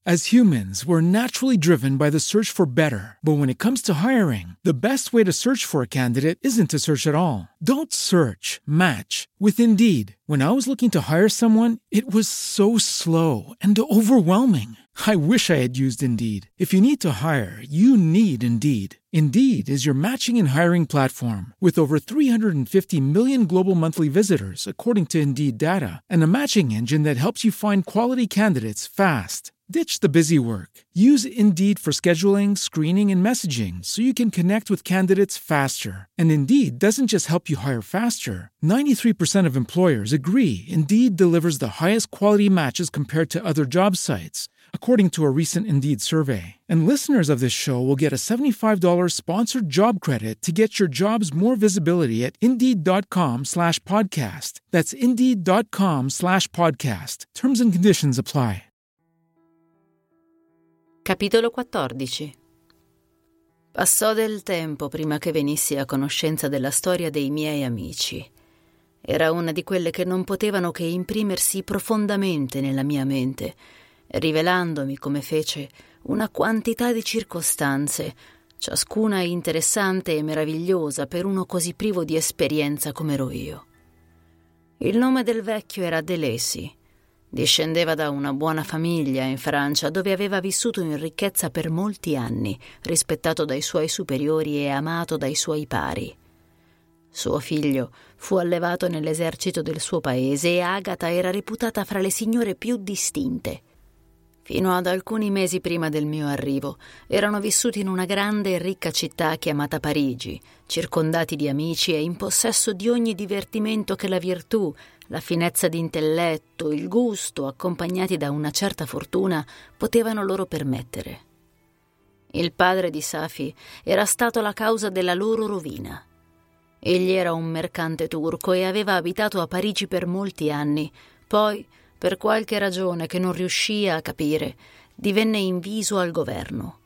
As humans, we're naturally driven by the search for better. But when it comes to hiring, the best way to search for a candidate isn't to search at all. Don't search, match with Indeed. When I was looking to hire someone, it was so slow and overwhelming. I wish I had used Indeed. If you need to hire, you need Indeed. Indeed is your matching and hiring platform with over 350 million global monthly visitors, according to Indeed data, and a matching engine that helps you find quality candidates fast. Ditch the busy work. Use Indeed for scheduling, screening, and messaging so you can connect with candidates faster. And Indeed doesn't just help you hire faster. 93% of employers agree Indeed delivers the highest quality matches compared to other job sites, according to a recent Indeed survey. And listeners of this show will get a $75 sponsored job credit to get your jobs more visibility at Indeed.com/podcast. That's Indeed.com/podcast. Terms and conditions apply. Capitolo 14. Passò del tempo prima che venissi a conoscenza della storia dei miei amici. Era una di quelle che non potevano che imprimersi profondamente nella mia mente, rivelandomi, come fece, una quantità di circostanze, ciascuna interessante e meravigliosa per uno così privo di esperienza come ero io. Il nome del vecchio era De Lacy. Discendeva da una buona famiglia in Francia, dove aveva vissuto in ricchezza per molti anni, rispettato dai suoi superiori e amato dai suoi pari. Suo figlio fu allevato nell'esercito del suo paese e Agatha era reputata fra le signore più distinte. Fino ad alcuni mesi prima del mio arrivo, erano vissuti in una grande e ricca città chiamata Parigi, circondati di amici e in possesso di ogni divertimento che la virtù, la finezza d'intelletto, il gusto, accompagnati da una certa fortuna, potevano loro permettere. Il padre di Safi era stato la causa della loro rovina. Egli era un mercante turco e aveva abitato a Parigi per molti anni. Poi, per qualche ragione che non riuscì a capire, divenne inviso al governo.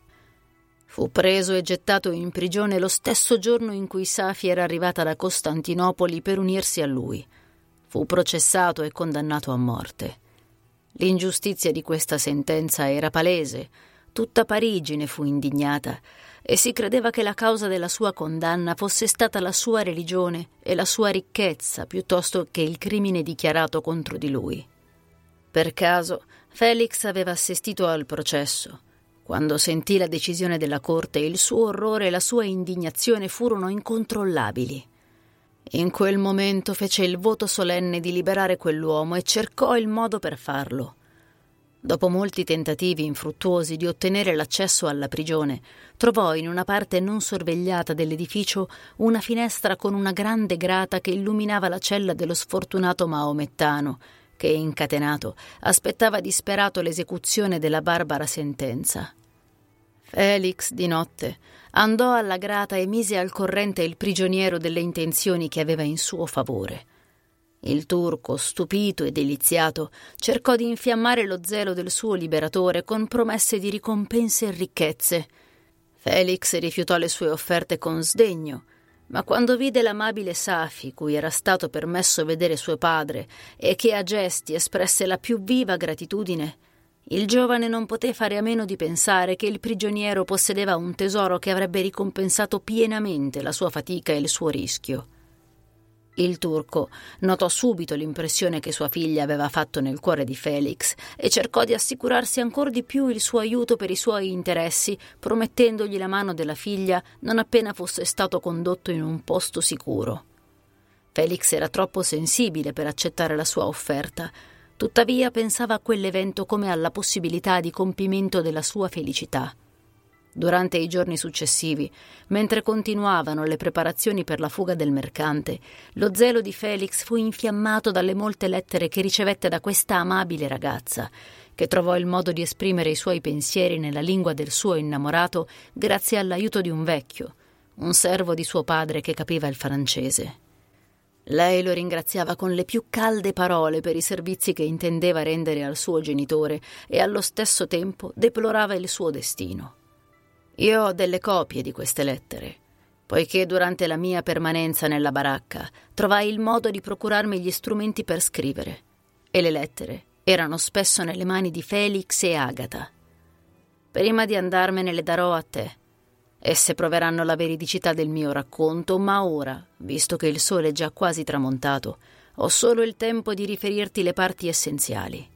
Fu preso e gettato in prigione lo stesso giorno in cui Safi era arrivata da Costantinopoli per unirsi a lui. Fu processato e condannato a morte. L'ingiustizia di questa sentenza era palese. Tutta Parigi ne fu indignata e si credeva che la causa della sua condanna fosse stata la sua religione e la sua ricchezza piuttosto che il crimine dichiarato contro di lui. Per caso, Felix aveva assistito al processo. Quando sentì la decisione della corte, il suo orrore e la sua indignazione furono incontrollabili. In quel momento fece il voto solenne di liberare quell'uomo e cercò il modo per farlo. Dopo molti tentativi infruttuosi di ottenere l'accesso alla prigione, trovò in una parte non sorvegliata dell'edificio una finestra con una grande grata che illuminava la cella dello sfortunato maomettano, che, incatenato, aspettava disperato l'esecuzione della barbara sentenza. Felix, di notte, andò alla grata e mise al corrente il prigioniero delle intenzioni che aveva in suo favore. Il turco, stupito e deliziato, cercò di infiammare lo zelo del suo liberatore con promesse di ricompense e ricchezze. Felix rifiutò le sue offerte con sdegno, ma quando vide l'amabile Safi, cui era stato permesso vedere suo padre e che a gesti espresse la più viva gratitudine, il giovane non poté fare a meno di pensare che il prigioniero possedeva un tesoro che avrebbe ricompensato pienamente la sua fatica e il suo rischio. Il turco notò subito l'impressione che sua figlia aveva fatto nel cuore di Felix e cercò di assicurarsi ancor di più il suo aiuto per i suoi interessi, promettendogli la mano della figlia non appena fosse stato condotto in un posto sicuro. Felix era troppo sensibile per accettare la sua offerta, tuttavia pensava a quell'evento come alla possibilità di compimento della sua felicità. Durante i giorni successivi, mentre continuavano le preparazioni per la fuga del mercante, lo zelo di Felix fu infiammato dalle molte lettere che ricevette da questa amabile ragazza, che trovò il modo di esprimere i suoi pensieri nella lingua del suo innamorato grazie all'aiuto di un vecchio, un servo di suo padre che capiva il francese. Lei lo ringraziava con le più calde parole per i servizi che intendeva rendere al suo genitore e allo stesso tempo deplorava il suo destino. Io ho delle copie di queste lettere, poiché durante la mia permanenza nella baracca trovai il modo di procurarmi gli strumenti per scrivere, e le lettere erano spesso nelle mani di Felix e Agatha. Prima di andarmene le darò a te. Esse proveranno la veridicità del mio racconto, ma ora, visto che il sole è già quasi tramontato, ho solo il tempo di riferirti le parti essenziali.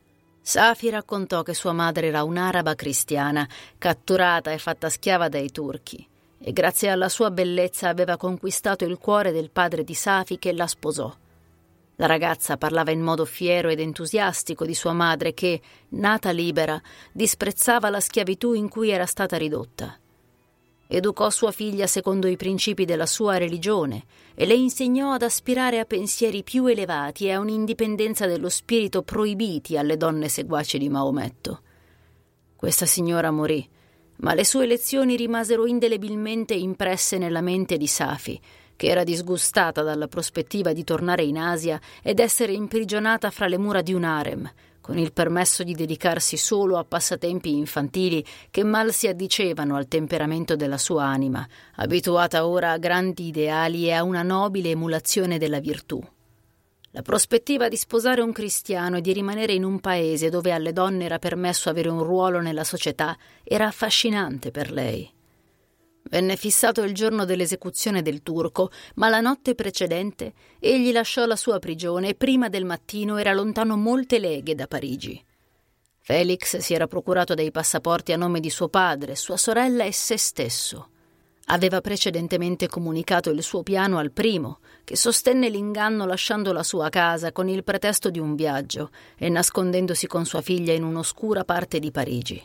Safi raccontò che sua madre era un'araba cristiana, catturata e fatta schiava dai turchi, e grazie alla sua bellezza aveva conquistato il cuore del padre di Safi, che la sposò. La ragazza parlava in modo fiero ed entusiastico di sua madre che, nata libera, disprezzava la schiavitù in cui era stata ridotta. Educò sua figlia secondo i principi della sua religione e le insegnò ad aspirare a pensieri più elevati e a un'indipendenza dello spirito proibiti alle donne seguaci di Maometto. Questa signora morì, ma le sue lezioni rimasero indelebilmente impresse nella mente di Safi, che era disgustata dalla prospettiva di tornare in Asia ed essere imprigionata fra le mura di un harem, con il permesso di dedicarsi solo a passatempi infantili che mal si addicevano al temperamento della sua anima, abituata ora a grandi ideali e a una nobile emulazione della virtù. La prospettiva di sposare un cristiano e di rimanere in un paese dove alle donne era permesso avere un ruolo nella società era affascinante per lei. Venne fissato il giorno dell'esecuzione del turco, ma la notte precedente egli lasciò la sua prigione e prima del mattino era lontano molte leghe da Parigi. Felix si era procurato dei passaporti a nome di suo padre, sua sorella e se stesso. Aveva precedentemente comunicato il suo piano al primo, che sostenne l'inganno lasciando la sua casa con il pretesto di un viaggio e nascondendosi con sua figlia in un'oscura parte di Parigi.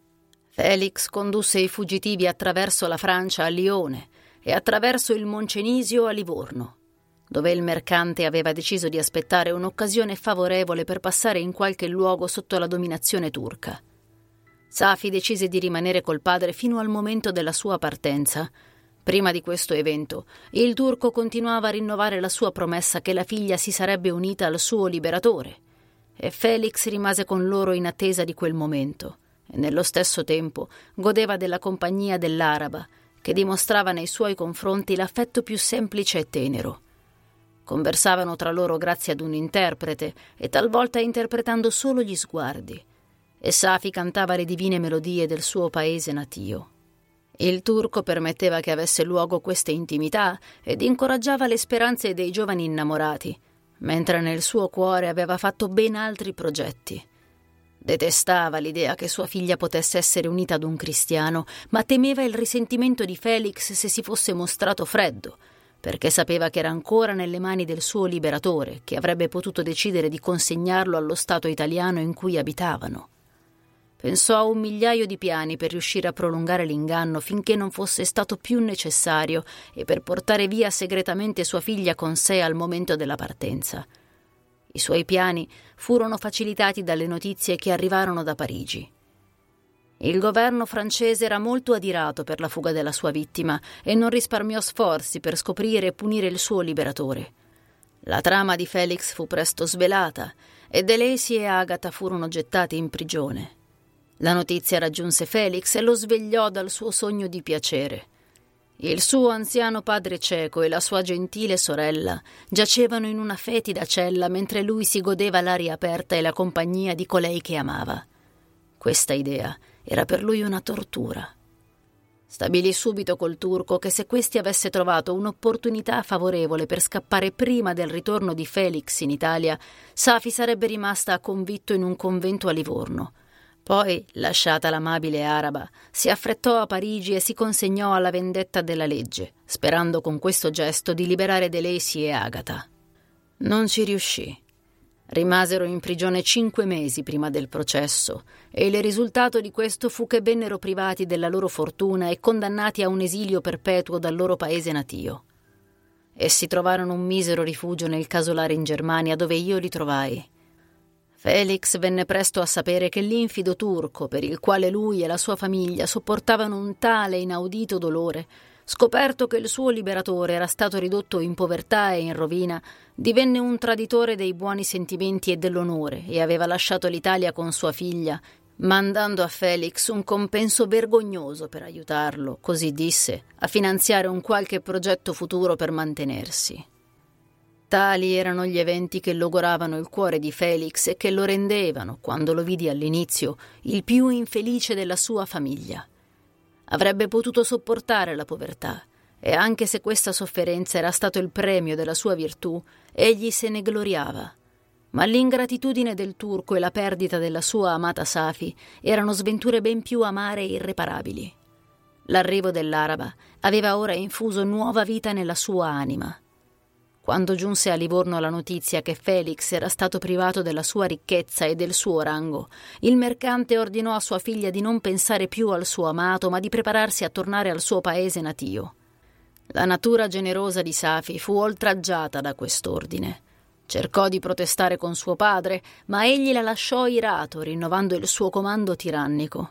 Felix condusse i fuggitivi attraverso la Francia a Lione e attraverso il Moncenisio a Livorno, dove il mercante aveva deciso di aspettare un'occasione favorevole per passare in qualche luogo sotto la dominazione turca. Safi decise di rimanere col padre fino al momento della sua partenza. Prima di questo evento, il turco continuava a rinnovare la sua promessa che la figlia si sarebbe unita al suo liberatore, e Felix rimase con loro in attesa di quel momento. E nello stesso tempo godeva della compagnia dell'araba, che dimostrava nei suoi confronti l'affetto più semplice e tenero. Conversavano tra loro grazie ad un interprete e talvolta interpretando solo gli sguardi, e Safi cantava le divine melodie del suo paese natio. Il turco permetteva che avesse luogo queste intimità ed incoraggiava le speranze dei giovani innamorati, mentre nel suo cuore aveva fatto ben altri progetti. Detestava l'idea che sua figlia potesse essere unita ad un cristiano, ma temeva il risentimento di Felix se si fosse mostrato freddo, perché sapeva che era ancora nelle mani del suo liberatore, che avrebbe potuto decidere di consegnarlo allo Stato italiano in cui abitavano. Pensò a 1.000.000 di piani per riuscire a prolungare l'inganno finché non fosse stato più necessario e per portare via segretamente sua figlia con sé al momento della partenza. I suoi piani furono facilitati dalle notizie che arrivarono da Parigi. Il governo francese era molto adirato per la fuga della sua vittima e non risparmiò sforzi per scoprire e punire il suo liberatore. La trama di Felix fu presto svelata e De Lacy e Agatha furono gettati in prigione. La notizia raggiunse Felix e lo svegliò dal suo sogno di piacere. Il suo anziano padre cieco e la sua gentile sorella giacevano in una fetida cella mentre lui si godeva l'aria aperta e la compagnia di colei che amava. Questa idea era per lui una tortura. Stabilì subito col turco che se questi avesse trovato un'opportunità favorevole per scappare prima del ritorno di Felix in Italia, Safi sarebbe rimasta a convitto in un convento a Livorno. Poi, lasciata l'amabile araba, si affrettò a Parigi e si consegnò alla vendetta della legge, sperando con questo gesto di liberare De Lacy e Agatha. Non ci riuscì. Rimasero in prigione 5 mesi prima del processo e il risultato di questo fu che vennero privati della loro fortuna e condannati a un esilio perpetuo dal loro paese natio. Essi trovarono un misero rifugio nel casolare in Germania, dove io li trovai. Felix venne presto a sapere che l'infido turco, per il quale lui e la sua famiglia sopportavano un tale inaudito dolore, scoperto che il suo liberatore era stato ridotto in povertà e in rovina, divenne un traditore dei buoni sentimenti e dell'onore e aveva lasciato l'Italia con sua figlia, mandando a Felix un compenso vergognoso per aiutarlo, così disse, a finanziare un qualche progetto futuro per mantenersi. Tali erano gli eventi che logoravano il cuore di Felix e che lo rendevano, quando lo vidi all'inizio, il più infelice della sua famiglia. Avrebbe potuto sopportare la povertà, e anche se questa sofferenza era stato il premio della sua virtù, egli se ne gloriava. Ma l'ingratitudine del turco e la perdita della sua amata Safi erano sventure ben più amare e irreparabili. L'arrivo dell'araba aveva ora infuso nuova vita nella sua anima. Quando giunse a Livorno la notizia che Felix era stato privato della sua ricchezza e del suo rango, il mercante ordinò a sua figlia di non pensare più al suo amato, ma di prepararsi a tornare al suo paese natio. La natura generosa di Safi fu oltraggiata da quest'ordine. Cercò di protestare con suo padre, ma egli la lasciò irato, rinnovando il suo comando tirannico.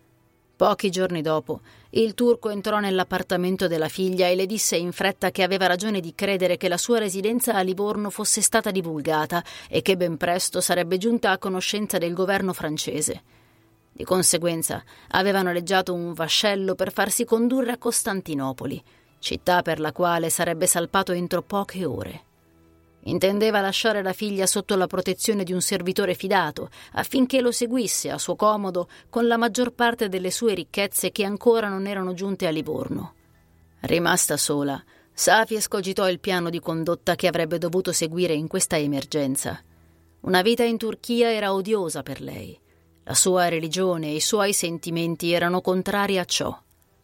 Pochi giorni dopo, il turco entrò nell'appartamento della figlia e le disse in fretta che aveva ragione di credere che la sua residenza a Livorno fosse stata divulgata e che ben presto sarebbe giunta a conoscenza del governo francese. Di conseguenza, aveva noleggiato un vascello per farsi condurre a Costantinopoli, città per la quale sarebbe salpato entro poche ore. Intendeva lasciare la figlia sotto la protezione di un servitore fidato, affinché lo seguisse a suo comodo con la maggior parte delle sue ricchezze che ancora non erano giunte a Livorno. Rimasta sola, Safi escogitò il piano di condotta che avrebbe dovuto seguire in questa emergenza. Una vita in Turchia era odiosa per lei. La sua religione e i suoi sentimenti erano contrari a ciò.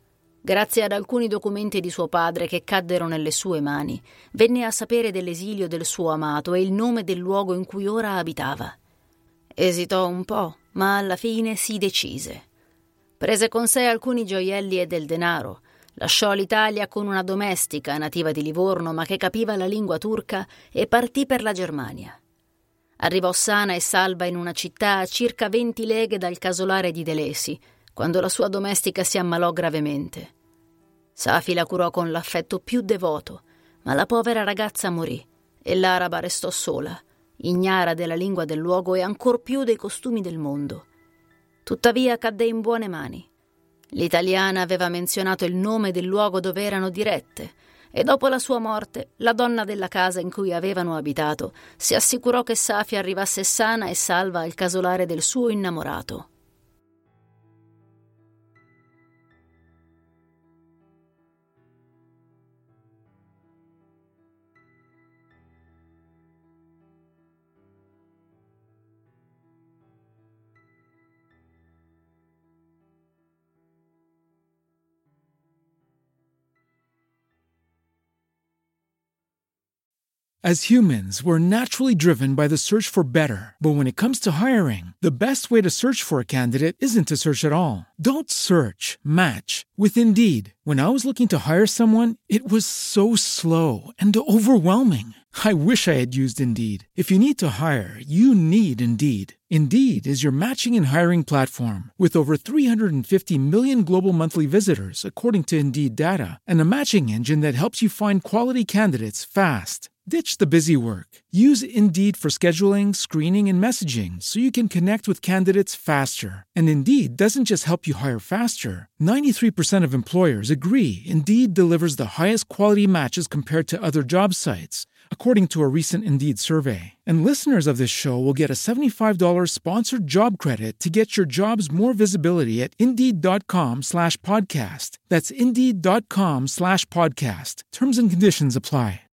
Grazie ad alcuni documenti di suo padre che caddero nelle sue mani, venne a sapere dell'esilio del suo amato e il nome del luogo in cui ora abitava. Esitò un po', ma alla fine si decise. Prese con sé alcuni gioielli e del denaro, lasciò l'Italia con una domestica nativa di Livorno ma che capiva la lingua turca e partì per la Germania. Arrivò sana e salva in una città a circa 20 leghe dal casolare di Delesi, quando la sua domestica si ammalò gravemente. Safi la curò con l'affetto più devoto, ma la povera ragazza morì e l'araba restò sola, ignara della lingua del luogo e ancor più dei costumi del mondo. Tuttavia cadde in buone mani. L'italiana aveva menzionato il nome del luogo dove erano dirette e dopo la sua morte la donna della casa in cui avevano abitato si assicurò che Safi arrivasse sana e salva al casolare del suo innamorato. As humans, we're naturally driven by the search for better. But when it comes to hiring, the best way to search for a candidate isn't to search at all. Don't search, match with Indeed. When I was looking to hire someone, it was so slow and overwhelming. I wish I had used Indeed. If you need to hire, you need Indeed. Indeed is your matching and hiring platform with over 350 million global monthly visitors, according to Indeed data, and a matching engine that helps you find quality candidates fast. Ditch the busy work. Use Indeed for scheduling, screening, and messaging so you can connect with candidates faster. And Indeed doesn't just help you hire faster. 93% of employers agree Indeed delivers the highest quality matches compared to other job sites, according to a recent Indeed survey. And listeners of this show will get a $75 sponsored job credit to get your jobs more visibility at Indeed.com/podcast. That's Indeed.com/podcast. Terms and conditions apply.